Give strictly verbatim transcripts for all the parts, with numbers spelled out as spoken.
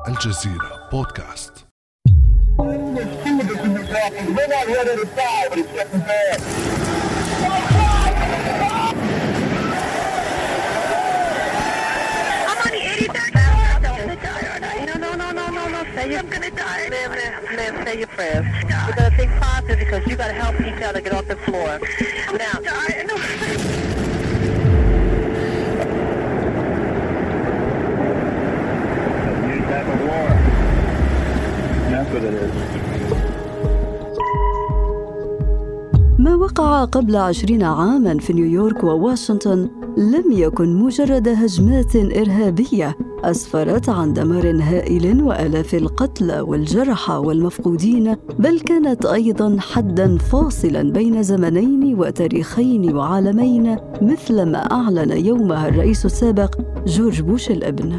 الجزيرة بودكاست. I'm gonna die. Live, live, live. Say your prayers. We're gonna think positive because you gotta help each other get off the floor. Now. New type of war. That's what it is. ما وقع قبل عشرين عاماً في نيويورك وواشنطن لم يكن مجرد هجمات إرهابية أسفرت عن دمار هائل وآلاف القتلى والجرحى والمفقودين، بل كانت أيضاً حداً فاصلاً بين زمنين وتاريخين وعالمين، مثلما أعلن يومها الرئيس السابق جورج بوش الابن.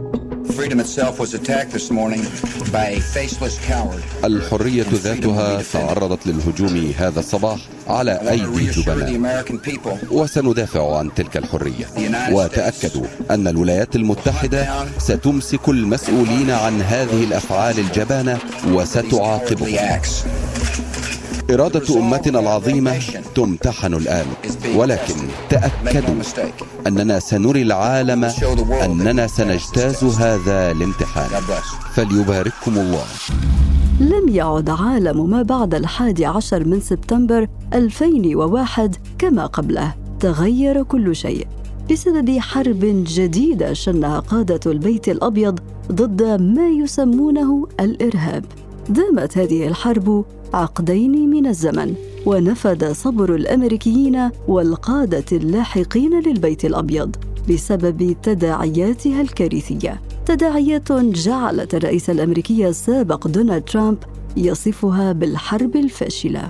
الحرية ذاتها تعرضت للهجوم هذا الصباح على أيدي جبناء، وسندافع عن تلك الحرية. وتأكدوا أن الولايات المتحدة ستمسك المسؤولين عن هذه الأفعال الجبانة وستعاقبهم. إرادة أمتنا العظيمة تمتحن الآن، ولكن تأكدوا أننا سنري العالم أننا سنجتاز هذا الامتحان. فليبارككم الله. لم يعد عالم ما بعد الحادي عشر من سبتمبر ألفين وواحد كما قبله. تغير كل شيء بسبب حرب جديدة شنها قادة البيت الأبيض ضد ما يسمونه الإرهاب. دامت هذه الحرب عقدين من الزمن، ونفد صبر الأمريكيين والقادة اللاحقين للبيت الأبيض بسبب تداعياتها الكارثية، تداعيات جعلت الرئيس الأمريكي السابق دونالد ترامب يصفها بالحرب الفاشلة.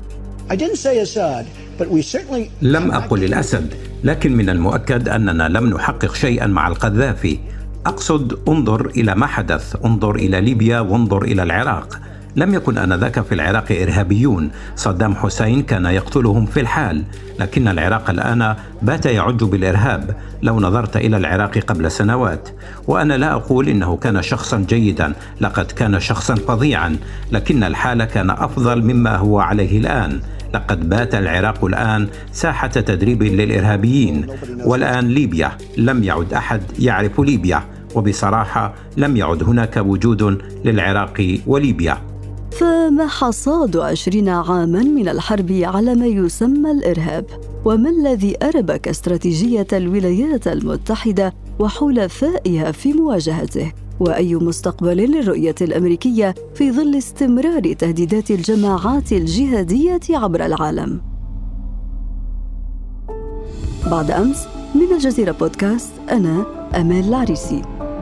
لم أقل الأسد، لكن من المؤكد أننا لم نحقق شيئا مع القذافي. أقصد انظر إلى ما حدث، انظر إلى ليبيا وانظر إلى العراق. لم يكن آنذاك في العراق إرهابيون، صدام حسين كان يقتلهم في الحال، لكن العراق الآن بات يعج بالإرهاب لو نظرت إلى العراق قبل سنوات. وأنا لا أقول إنه كان شخصا جيدا، لقد كان شخصا فظيعا، لكن الحال كان أفضل مما هو عليه الآن. لقد بات العراق الآن ساحة تدريب للإرهابيين، والآن ليبيا لم يعد أحد يعرف ليبيا، وبصراحة لم يعد هناك وجود للعراق وليبيا. فما حصاد عشرين عاماً من الحرب على ما يسمى الإرهاب؟ وما الذي أربك استراتيجية الولايات المتحدة وحلفائها في مواجهته؟ وأي مستقبل للرؤية الأمريكية في ظل استمرار تهديدات الجماعات الجهادية عبر العالم؟ بعد أمس من الجزيرة بودكاست، أنا أمال العريسي.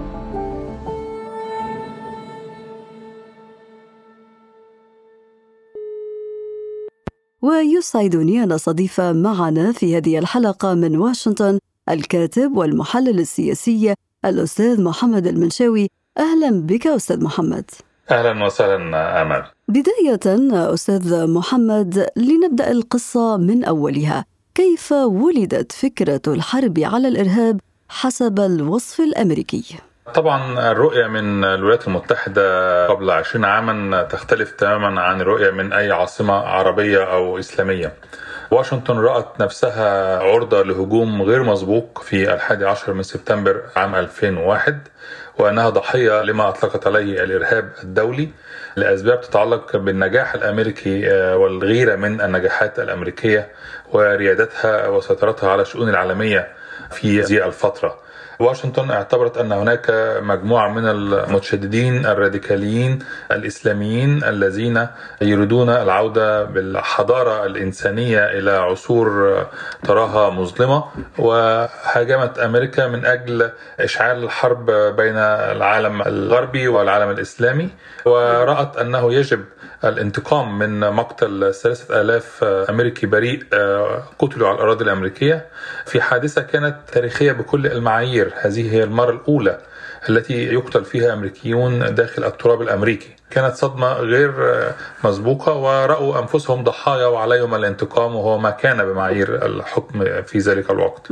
ويسعدني أن أستضيف معنا في هذه الحلقة من واشنطن الكاتب والمحلل السياسي الأستاذ محمد المنشاوي. أهلا بك أستاذ محمد. أهلا وسهلا آمال. بداية أستاذ محمد، لنبدأ القصة من أولها. كيف ولدت فكرة الحرب على الإرهاب حسب الوصف الأمريكي؟ طبعا الرؤية من الولايات المتحدة قبل عشرين عاما تختلف تماما عن الرؤية من أي عاصمة عربية أو إسلامية. واشنطن رأت نفسها عرضة لهجوم غير مسبوق في الحادي عشر من سبتمبر عام ألفين وواحد، وأنها ضحية لما أطلقت عليه الإرهاب الدولي لأسباب تتعلق بالنجاح الأمريكي والغيرة من النجاحات الأمريكية وريادتها وسيطرتها على الشؤون العالمية في هذه الفترة. واشنطن اعتبرت أن هناك مجموعة من المتشددين الراديكاليين الإسلاميين الذين يريدون العودة بالحضارة الإنسانية إلى عصور تراها مظلمة، وهاجمت أمريكا من أجل إشعال الحرب بين العالم الغربي والعالم الإسلامي، ورأت أنه يجب الانتقام من مقتل ثلاثة آلاف أمريكي بريء قتلوا على الأراضي الأمريكية في حادثة كانت تاريخية بكل المعايير سبتمبر هذه هي المرة الأولى التي يقتل فيها أمريكيون داخل التراب الأمريكي. كانت صدمة غير مسبوقة، ورأوا أنفسهم ضحايا وعليهم الانتقام، وهو ما كان بمعايير الحكم في ذلك الوقت.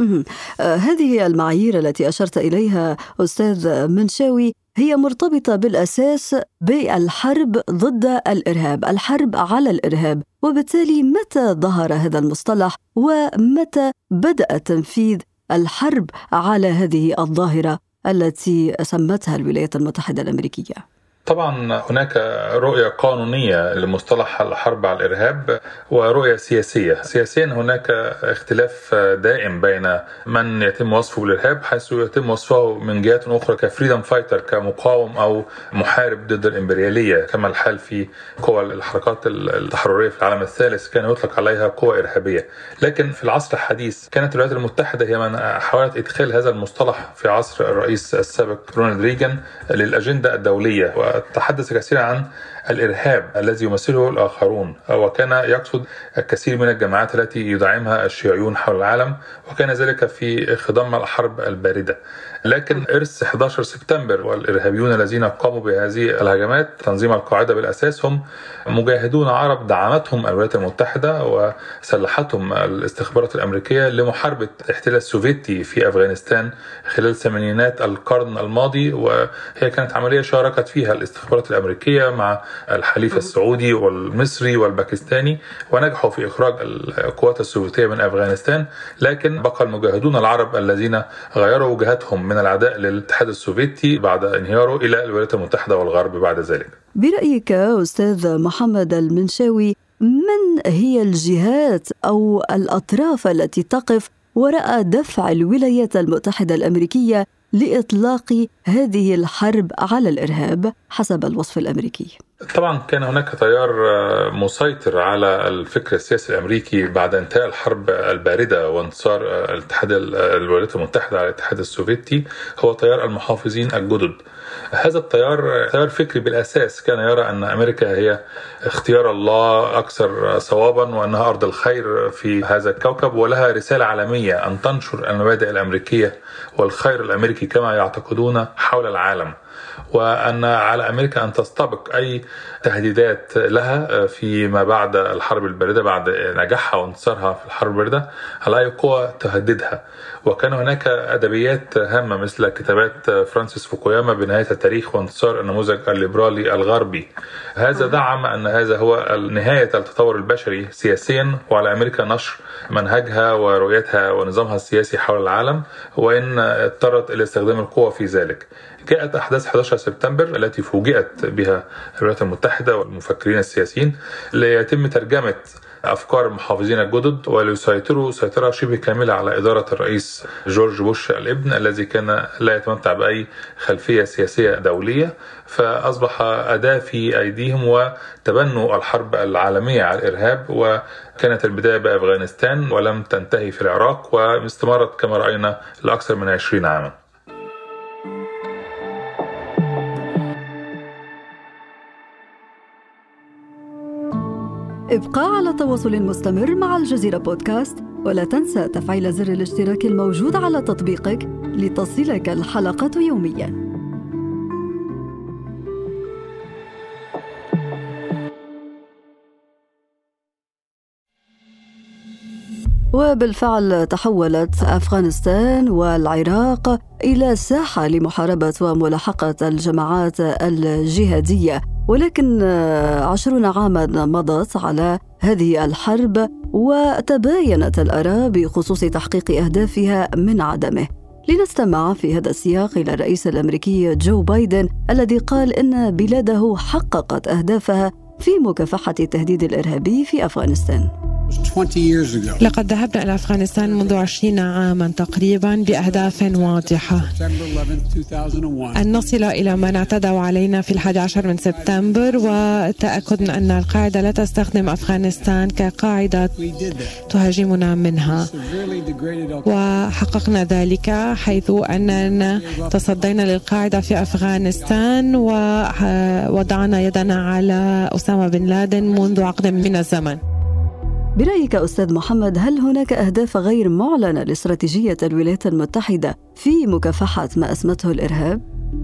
هذه المعايير التي أشرت إليها أستاذ منشاوي هي مرتبطة بالأساس بالحرب ضد الإرهاب، الحرب على الإرهاب، وبالتالي متى ظهر هذا المصطلح ومتى بدأ تنفيذ الحرب على هذه الظاهرة التي سمتها الولايات المتحدة الأمريكية؟ طبعا هناك رؤية قانونية لمصطلح الحرب على الإرهاب ورؤية سياسية. سياسيا هناك اختلاف دائم بين من يتم وصفه بالإرهاب، حيث يتم وصفه من جهات أخرى كفريدم فايتر، كمقاوم أو محارب ضد الإمبريالية، كما الحال في قوى الحركات التحررية في العالم الثالث كان يطلق عليها قوى إرهابية. لكن في العصر الحديث كانت الولايات المتحدة هي من حاولت إدخال هذا المصطلح في عصر الرئيس السابق رونالد ريغان للأجندة الدولية، وتحدث كثيرا عن الإرهاب الذي يمثله الآخرون، وكان يقصد الكثير من الجماعات التي يدعمها الشيوعيون حول العالم، وكان ذلك في خضم الحرب الباردة. لكن إرث أحد عشر سبتمبر والإرهابيون الذين قاموا بهذه الهجمات، تنظيم القاعدة بالأساس، هم مجاهدون عرب دعمتهم الولايات المتحدة وسلحتهم الاستخبارات الأمريكية لمحاربة الاحتلال السوفيتي في أفغانستان خلال ثمانينات القرن الماضي، وهي كانت عملية شاركت فيها الاستخبارات الأمريكية مع الحليف السعودي والمصري والباكستاني، ونجحوا في إخراج القوات السوفيتية من أفغانستان. لكن بقى المجاهدون العرب الذين غيروا وجهتهم من العداء للاتحاد السوفيتي بعد انهياره إلى الولايات المتحدة والغرب بعد ذلك. برأيك أستاذ محمد المنشاوي، من هي الجهات أو الأطراف التي تقف وراء دفع الولايات المتحدة الأمريكية لإطلاق هذه الحرب على الإرهاب حسب الوصف الأمريكي؟ طبعا كان هناك تيار مسيطر على الفكر السياسي الأمريكي بعد انتهاء الحرب الباردة وانتصار الاتحاد الولايات المتحدة على الاتحاد السوفيتي، هو تيار المحافظين الجدد. هذا التيار تيار فكري بالأساس، كان يرى أن أمريكا هي اختيار الله أكثر صوابا، وأنها أرض الخير في هذا الكوكب، ولها رسالة عالمية أن تنشر المبادئ الأمريكية والخير الأمريكي كما يعتقدون حول العالم، وأن على أمريكا أن تستبق أي تهديدات لها فيما بعد الحرب الباردة، بعد نجاحها وانتصارها في الحرب الباردة على أي قوة تهددها. وكان هناك أدبيات هامة مثل كتابات فرانسيس فوكوياما بنهاية التاريخ وانتصار النموذج الليبرالي الغربي. هذا دعم أن هذا هو نهاية التطور البشري سياسيا، وعلى أمريكا نشر منهجها ورؤيتها ونظامها السياسي حول العالم، وإن اضطرت إلى استخدام القوة في ذلك. جاءت أحداث أحد عشر سبتمبر التي فوجئت بها الولايات المتحدة والمفكرين السياسيين ليتم ترجمة أفكار المحافظين الجدد وليسيطروا سيطرة شبه كاملة على إدارة الرئيس جورج بوش الابن، الذي كان لا يتمتع بأي خلفية سياسية دولية، فأصبح أداة في أيديهم وتبنوا الحرب العالمية على الإرهاب. وكانت البداية بأفغانستان ولم تنتهي في العراق، واستمرت كما رأينا لأكثر من عشرين عاما. ابقى على تواصل مستمر مع الجزيرة بودكاست، ولا تنسى تفعيل زر الاشتراك الموجود على تطبيقك لتصلك الحلقة يومياً. وبالفعل تحولت أفغانستان والعراق إلى ساحة لمحاربة وملاحقة الجماعات الجهادية، ولكن عشرون عاما مضت على هذه الحرب وتباينت الآراء بخصوص تحقيق أهدافها من عدمه. لنستمع في هذا السياق إلى الرئيس الأمريكي جو بايدن الذي قال إن بلاده حققت أهدافها في مكافحة التهديد الإرهابي في أفغانستان. لقد ذهبنا إلى أفغانستان منذ عشرين عاما تقريبا بأهداف واضحة: أن نصل إلى من اعتدوا علينا في الحادي عشر من سبتمبر، والتأكد من أن القاعدة لا تستخدم أفغانستان كقاعدة تهاجمنا منها. وحققنا ذلك حيث أننا تصدينا للقاعدة في أفغانستان ووضعنا يدنا على أسامة بن لادن منذ عقد من الزمن. برأيك أستاذ محمد، هل هناك أهداف غير معلنة لاستراتيجية الولايات المتحدة في مكافحة ما أسمته الإرهاب؟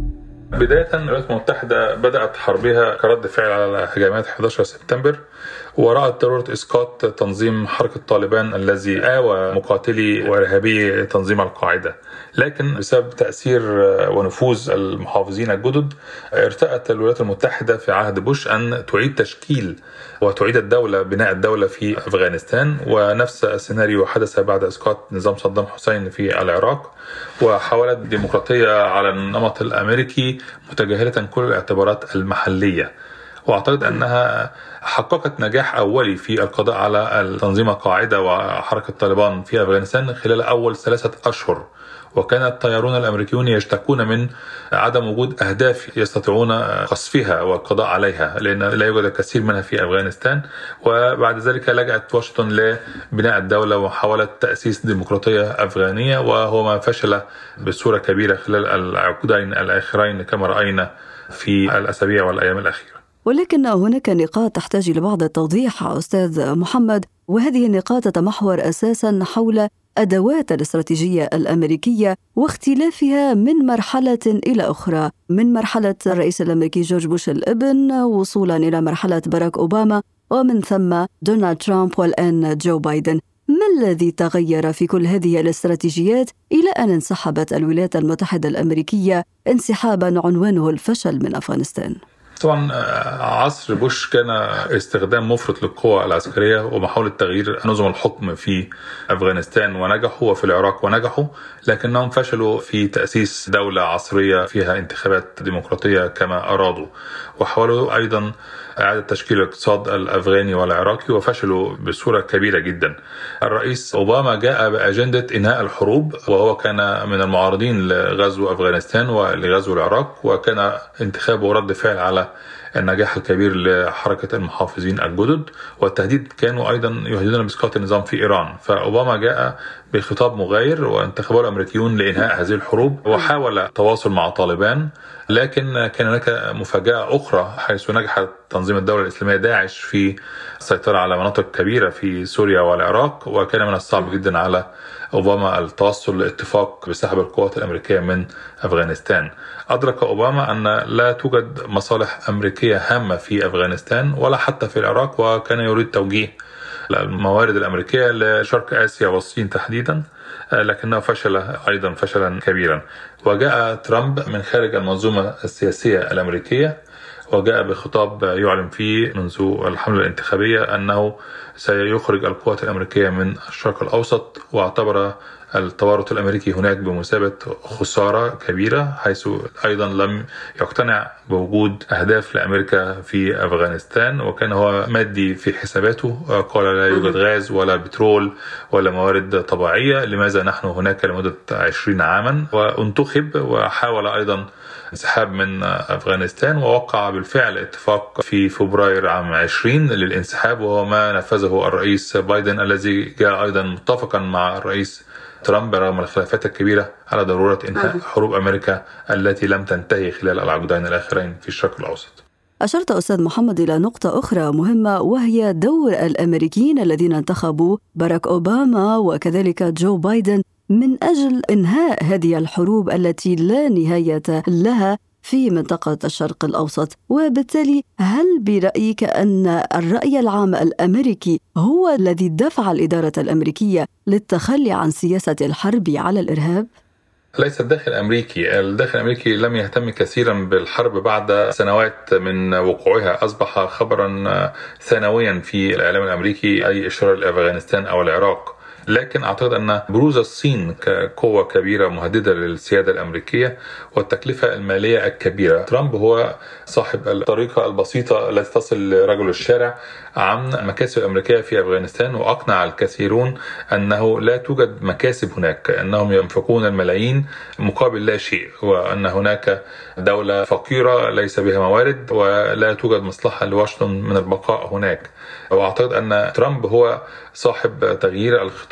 بداية الولايات المتحدة بدأت حربها كرد فعل على هجمات أحد عشر سبتمبر، ورأت ضرورة إسقاط تنظيم حركة طالبان الذي آوى مقاتلي وإرهابي تنظيم القاعدة. لكن بسبب تأثير ونفوذ المحافظين الجدد ارتأت الولايات المتحدة في عهد بوش أن تعيد تشكيل وتعيد الدولة بناء الدولة في أفغانستان، ونفس السيناريو حدث بعد إسقاط نظام صدام حسين في العراق. وحاولت الديمقراطية على النمط الأمريكي متجاهلة كل الاعتبارات المحلية، واعتقد أنها حققت نجاح أولي في القضاء على تنظيم القاعدة وحركة طالبان في أفغانستان خلال أول ثلاثة أشهر. وكان الطيارون الأمريكيون يشتكون من عدم وجود أهداف يستطيعون قصفها والقضاء عليها، لأن لا يوجد الكثير منها في أفغانستان. وبعد ذلك لجأت واشنطن لبناء الدولة وحاولت تأسيس ديمقراطية أفغانية، وهو ما فشل بصورة كبيرة خلال العقدين الآخرين كما رأينا في الأسابيع والأيام الأخيرة. ولكن هناك نقاط تحتاج لبعض التوضيح أستاذ محمد، وهذه النقاط تتمحور أساساً حول أدوات الاستراتيجية الأمريكية واختلافها من مرحلة إلى أخرى، من مرحلة الرئيس الأمريكي جورج بوش الابن وصولاً إلى مرحلة باراك أوباما، ومن ثم دونالد ترامب والآن جو بايدن. ما الذي تغير في كل هذه الاستراتيجيات إلى أن انسحبت الولايات المتحدة الأمريكية انسحاباً عنوانه الفشل من أفغانستان؟ طبعا عصر بوش كان استخدام مفرط للقوى العسكرية ومحاولة تغيير نظم الحكم في أفغانستان، ونجحوا، وفي العراق ونجحوا، لكنهم فشلوا في تأسيس دولة عصرية فيها انتخابات ديمقراطية كما أرادوا. وحاولوا أيضا إعادة تشكيل الاقتصاد الأفغاني والعراقي وفشلوا بصورة كبيرة جدا. الرئيس أوباما جاء بأجندة إنهاء الحروب، وهو كان من المعارضين لغزو أفغانستان ولغزو العراق، وكان انتخابه رد فعل على النجاح الكبير لحركة المحافظين الجدد، والتهديد كانوا أيضا يهددون بإسقاط النظام في إيران. فأوباما جاء بخطاب مغاير وانتخبه الأمريكيون لإنهاء هذه الحروب، وحاول التواصل مع طالبان. لكن كان هناك مفاجأة أخرى، حيث نجحت تنظيم الدولة الإسلامية داعش في السيطرة على مناطق كبيرة في سوريا والعراق، وكان من الصعب جدا على أوباما التوصل لاتفاق بسحب القوات الأمريكية من أفغانستان. أدرك أوباما أن لا توجد مصالح أمريكية هامة في أفغانستان ولا حتى في العراق، وكان يريد توجيه الموارد الأمريكية لشرق آسيا والصين تحديدا، لكنه فشل أيضا فشلا كبيرا. وجاء ترامب من خارج المنظومة السياسية الأمريكية، وجاء بخطاب يعلن فيه منذ الحملة الانتخابية أنه سيخرج القوات الأمريكية من الشرق الأوسط، واعتبر التورط الأمريكي هناك بمثابة خسارة كبيرة، حيث أيضا لم يقتنع بوجود أهداف لأمريكا في أفغانستان، وكان هو مادي في حساباته. قال لا يوجد غاز ولا بترول ولا موارد طبيعية، لماذا نحن هناك لمدة عشرين عاما؟ وانتخب وحاول أيضا انسحاب من أفغانستان، ووقع بالفعل اتفاق في فبراير عام عشرين للانسحاب، وهو ما نفذه الرئيس بايدن الذي جاء أيضا متفقا مع الرئيس ترامب رغم الخلافات الكبيرة على ضرورة إنهاء حروب أمريكا التي لم تنتهي خلال العقدين الآخرين في الشرق الأوسط. أشرت أستاذ محمد إلى نقطة أخرى مهمة، وهي دور الأمريكيين الذين انتخبوا باراك أوباما وكذلك جو بايدن من أجل إنهاء هذه الحروب التي لا نهاية لها في منطقة الشرق الأوسط. وبالتالي هل برأيك أن الرأي العام الأمريكي هو الذي دفع الإدارة الأمريكية للتخلي عن سياسة الحرب على الإرهاب؟ ليس الداخل الأمريكي. الداخل الأمريكي لم يهتم كثيرا بالحرب بعد سنوات من وقوعها، أصبح خبرا ثانويا في الإعلام الأمريكي أي إشارة لأفغانستان أو العراق. لكن أعتقد أن بروز الصين كقوة كبيرة مهددة للسيادة الأمريكية والتكلفة المالية الكبيرة. ترامب هو صاحب الطريقة البسيطة التي تصل لرجل الشارع عن المكاسب الأمريكية في أفغانستان، وأقنع الكثيرون أنه لا توجد مكاسب هناك، أنهم ينفقون الملايين مقابل لا شيء، وأن هناك دولة فقيرة ليس بها موارد ولا توجد مصلحة لواشنطن من البقاء هناك. وأعتقد أن ترامب هو صاحب تغيير الخطاب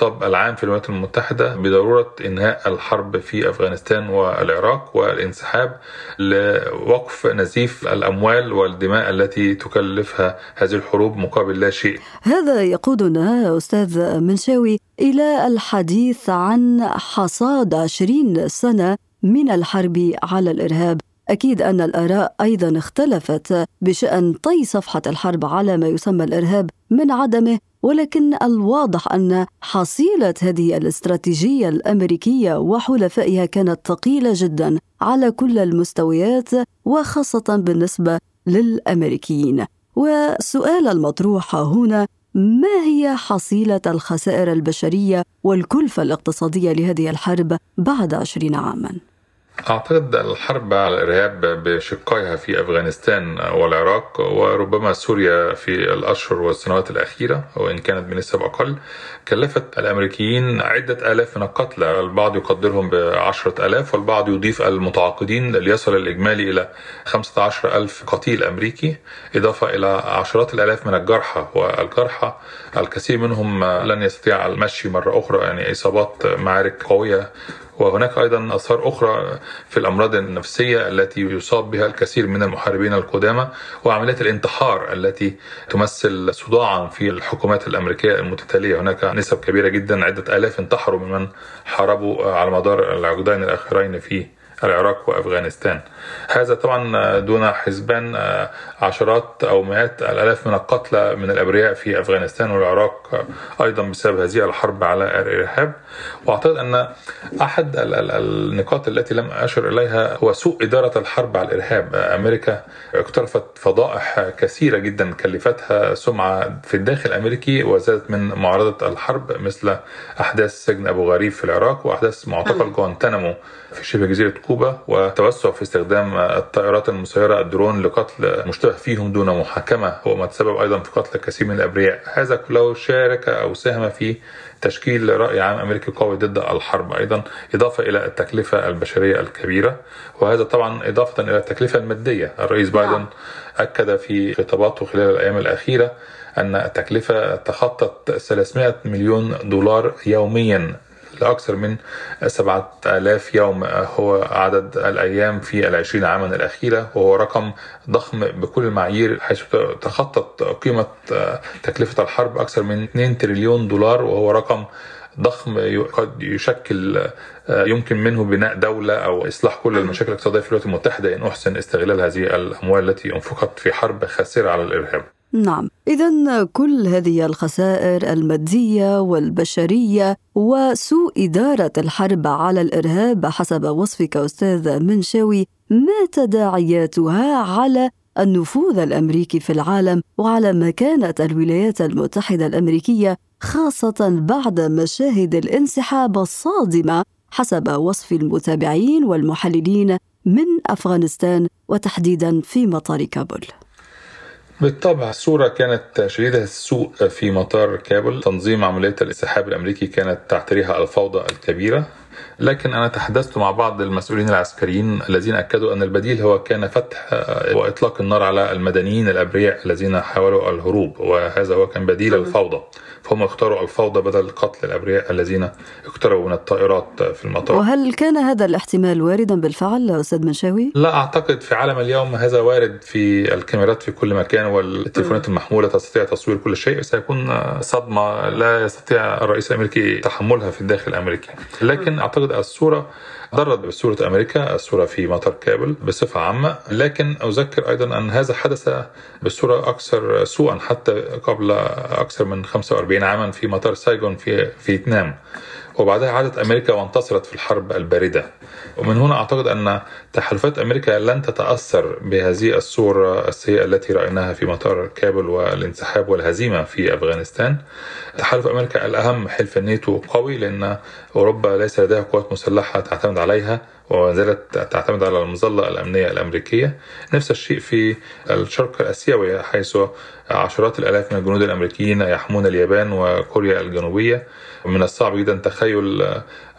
الخطاب العام في الولايات المتحدة بضرورة إنهاء الحرب في أفغانستان والعراق والانسحاب لوقف نزيف الأموال والدماء التي تكلفها هذه الحروب مقابل لا شيء. هذا يقودنا أستاذ منشاوي إلى الحديث عن حصاد عشرين سنة من الحرب على الإرهاب. أكيد أن الآراء أيضا اختلفت بشأن طي صفحة الحرب على ما يسمى الإرهاب من عدمه، ولكن الواضح أن حصيلة هذه الاستراتيجية الأمريكية وحلفائها كانت ثقيلة جدا على كل المستويات وخاصة بالنسبة للأمريكيين. والسؤال المطروح هنا: ما هي حصيلة الخسائر البشرية والكلفة الاقتصادية لهذه الحرب بعد عشرين عاما؟ أعتقد الحرب على الإرهاب بشقائها في أفغانستان والعراق وربما سوريا في الأشهر والسنوات الأخيرة وإن كانت بنسب أقل كلفت الأمريكيين عدة آلاف من القتلى، البعض يقدرهم بعشرة آلاف والبعض يضيف المتعاقدين ليصل الإجمالي إلى خمسة عشر ألف قتيل أمريكي، إضافة إلى عشرات الآلاف من الجرحى، والجرحى الكثير منهم لن يستطيع المشي مرة أخرى، يعني إصابات معارك قوية. وهناك أيضا آثار أخرى في الأمراض النفسية التي يصاب بها الكثير من المحاربين القدامى، وعمليات الانتحار التي تمثل صداعا في الحكومات الأمريكية المتتالية. هناك نسب كبيرة جدا، عدة آلاف انتحروا ممن حاربوا على مدار العقدين الأخيرين في العراق وأفغانستان. هذا طبعا دون حسبان عشرات أو مئات الآلاف من القتلى من الأبرياء في أفغانستان والعراق أيضا بسبب هذه الحرب على الإرهاب. وأعتقد أن أحد النقاط التي لم أشر إليها هو سوء إدارة الحرب على الإرهاب. أمريكا اقترفت فضائح كثيرة جدا كلفتها سمعة في الداخل الأمريكي وزادت من معارضة الحرب، مثل أحداث سجن أبو غريب في العراق وأحداث معتقل جوانتانامو في شبه جزيرة كوبا، وتوسع في استخدام الطائرات المسيرة الدرون لقتل مشتبه فيهم دون محاكمة، وما تسبب أيضا في قتل كثير من الأبرياء. هذا كله شارك أو ساهم في تشكيل رأي عام أمريكي قوي ضد الحرب أيضا، إضافة إلى التكلفة البشرية الكبيرة، وهذا طبعا إضافة إلى التكلفة المادية. الرئيس بايدن أكد في خطاباته خلال الأيام الأخيرة أن التكلفة تخطت ثلاثمائة مليون دولار يوميا لأكثر من سبعة آلاف يوم، هو عدد الأيام في العشرين عاما الأخيرة، وهو رقم ضخم بكل المعايير، حيث تخطت قيمة تكلفة الحرب أكثر من اثنين تريليون دولار، وهو رقم ضخم قد يشكل يمكن منه بناء دولة أو إصلاح كل المشاكل الاقتصادية في الولايات المتحدة إن أحسن استغلال هذه الأموال التي أنفقت في حرب خاسرة على الإرهاب. نعم، إذن كل هذه الخسائر المادية والبشرية وسوء إدارة الحرب على الإرهاب حسب وصفك أستاذ منشاوي، ما تداعياتها على النفوذ الأمريكي في العالم وعلى مكانة الولايات المتحدة الأمريكية، خاصة بعد مشاهد الانسحاب الصادمة حسب وصف المتابعين والمحللين من أفغانستان وتحديدا في مطار كابول؟ بالطبع الصورة كانت شديدة السوء في مطار كابول. تنظيم عملية الانسحاب الأمريكي كانت تعتريها الفوضى الكبيرة، لكن أنا تحدثت مع بعض المسؤولين العسكريين الذين أكدوا أن البديل هو كان فتح وإطلاق النار على المدنيين الأبرياء الذين حاولوا الهروب، وهذا هو كان بديل الفوضى، فهم اختاروا الفوضى بدل قتل الأبرياء الذين اقتربوا من الطائرات في المطار. وهل كان هذا الاحتمال واردا بالفعل أستاذ منشاوي؟ لا أعتقد، في عالم اليوم هذا وارد، في الكاميرات في كل مكان والتليفونات المحمولة تستطيع تصوير كل شيء، سيكون صدمة لا يستطيع الرئيس الأمريكي تحملها في الداخل الأمريكي. لكن أعتقد الصورة ضرت بصورة أمريكا، الصورة في مطار كابول بصفة عامة، لكن أذكر أيضا أن هذا حدث بصورة أكثر سوءا حتى قبل أكثر من خمسة وأربعين عاما في مطار سايغون في فيتنام، وبعدها عادت أمريكا وانتصرت في الحرب الباردة. ومن هنا أعتقد أن تحالفات أمريكا لن تتأثر بهذه الصورة السيئة التي رأيناها في مطار كابول والانسحاب والهزيمة في أفغانستان. تحالف أمريكا الأهم حلف الناتو قوي، لأن أوروبا ليس لديها قوات مسلحة تعتمد عليها وزالت تعتمد على المظلة الأمنية الأمريكية. نفس الشيء في الشرق الآسيوي، حيث عشرات الآلاف من الجنود الأمريكيين يحمون اليابان وكوريا الجنوبية. من الصعب جدا تخيل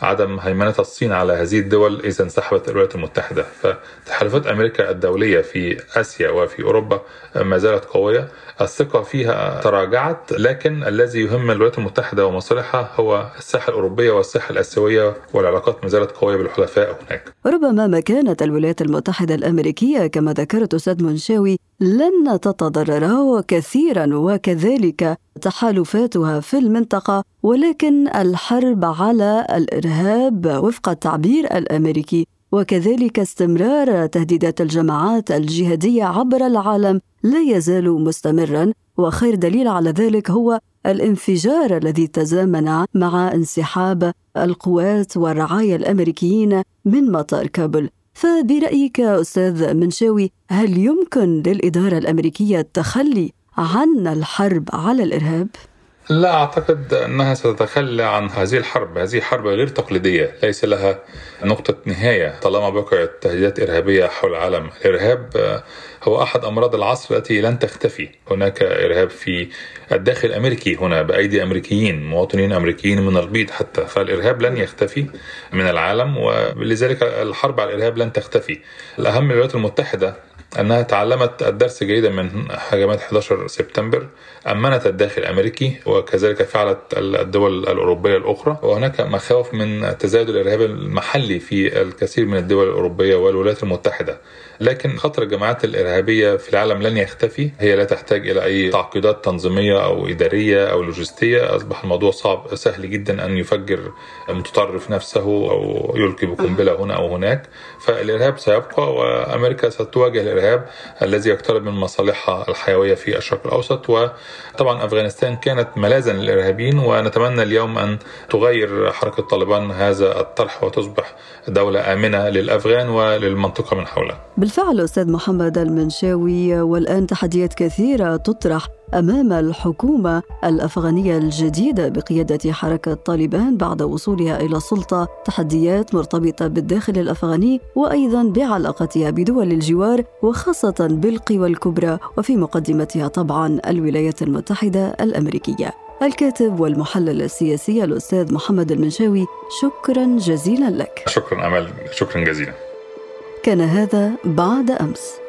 عدم هيمنة الصين على هذه الدول إذا انسحبت الولايات المتحدة. فتحالفات أمريكا الدولية في آسيا وفي أوروبا ما زالت قوية، الثقة فيها تراجعت، لكن الذي يهم الولايات المتحدة ومصالحها هو الساحة الأوروبية والساحة الآسيوية، والعلاقات ما زالت قوية بالحلفاء هناك. ربما مكانة الولايات المتحدة الأمريكية كما ذكرت أستاذ منشاوي لن تتضرر كثيرا، وكذلك تحالفاتها في المنطقة، ولكن الحرب على الإرهاب وفق التعبير الأمريكي وكذلك استمرار تهديدات الجماعات الجهادية عبر العالم لا يزال مستمرا. وخير دليل على ذلك هو الانفجار الذي تزامن مع انسحاب القوات والرعايا الأمريكيين من مطار كابول. فبرأيك أستاذ منشاوي، هل يمكن للإدارة الأمريكية التخلي عن الحرب على الإرهاب؟ لا أعتقد أنها ستتخلى عن هذه الحرب. هذه حرب غير تقليدية، ليس لها نقطة نهاية طالما بقيت تهديدات إرهابية حول العالم. الإرهاب هو أحد أمراض العصر التي لن تختفي. هناك إرهاب في الداخل الأمريكي هنا بأيدي أمريكيين، مواطنين أمريكيين من البيض حتى، فالإرهاب لن يختفي من العالم، ولذلك الحرب على الإرهاب لن تختفي. الأهم الولايات المتحدة أنها تعلمت الدرس جيدا من هجمات أحد عشر سبتمبر، أمنت الداخل الأمريكي وكذلك فعلت الدول الأوروبية الأخرى، وهناك مخاوف من تزايد الإرهاب المحلي في الكثير من الدول الأوروبية والولايات المتحدة. لكن خطر الجماعات الإرهابية في العالم لن يختفي. هي لا تحتاج إلى أي تعقيدات تنظيمية أو إدارية أو لوجستية. أصبح الموضوع صعب، سهل جدا أن يفجر متطرف نفسه أو يلقي بقنبلة هنا أو هناك. فالإرهاب سيبقى، وأمريكا ستواجه الإرهاب الذي يقترب من مصالحها الحيوية في الشرق الأوسط. وطبعا أفغانستان كانت ملاذا للإرهابيين، ونتمنى اليوم أن تغير حركة طالبان هذا الطرح وتصبح دولة آمنة للأفغان وللمنطقة من حولها. بالفعل أستاذ محمد المنشاوي، والآن تحديات كثيرة تطرح أمام الحكومة الأفغانية الجديدة بقيادة حركة طالبان بعد وصولها إلى السلطة، تحديات مرتبطة بالداخل الأفغاني وأيضا بعلاقتها بدول الجوار وخاصة بالقوى الكبرى، وفي مقدمتها طبعا الولايات المتحدة الأمريكية. الكاتب والمحلل السياسي الأستاذ محمد المنشاوي، شكرا جزيلا لك. شكرا أمل، شكرا جزيلا. كان هذا بعد أمس.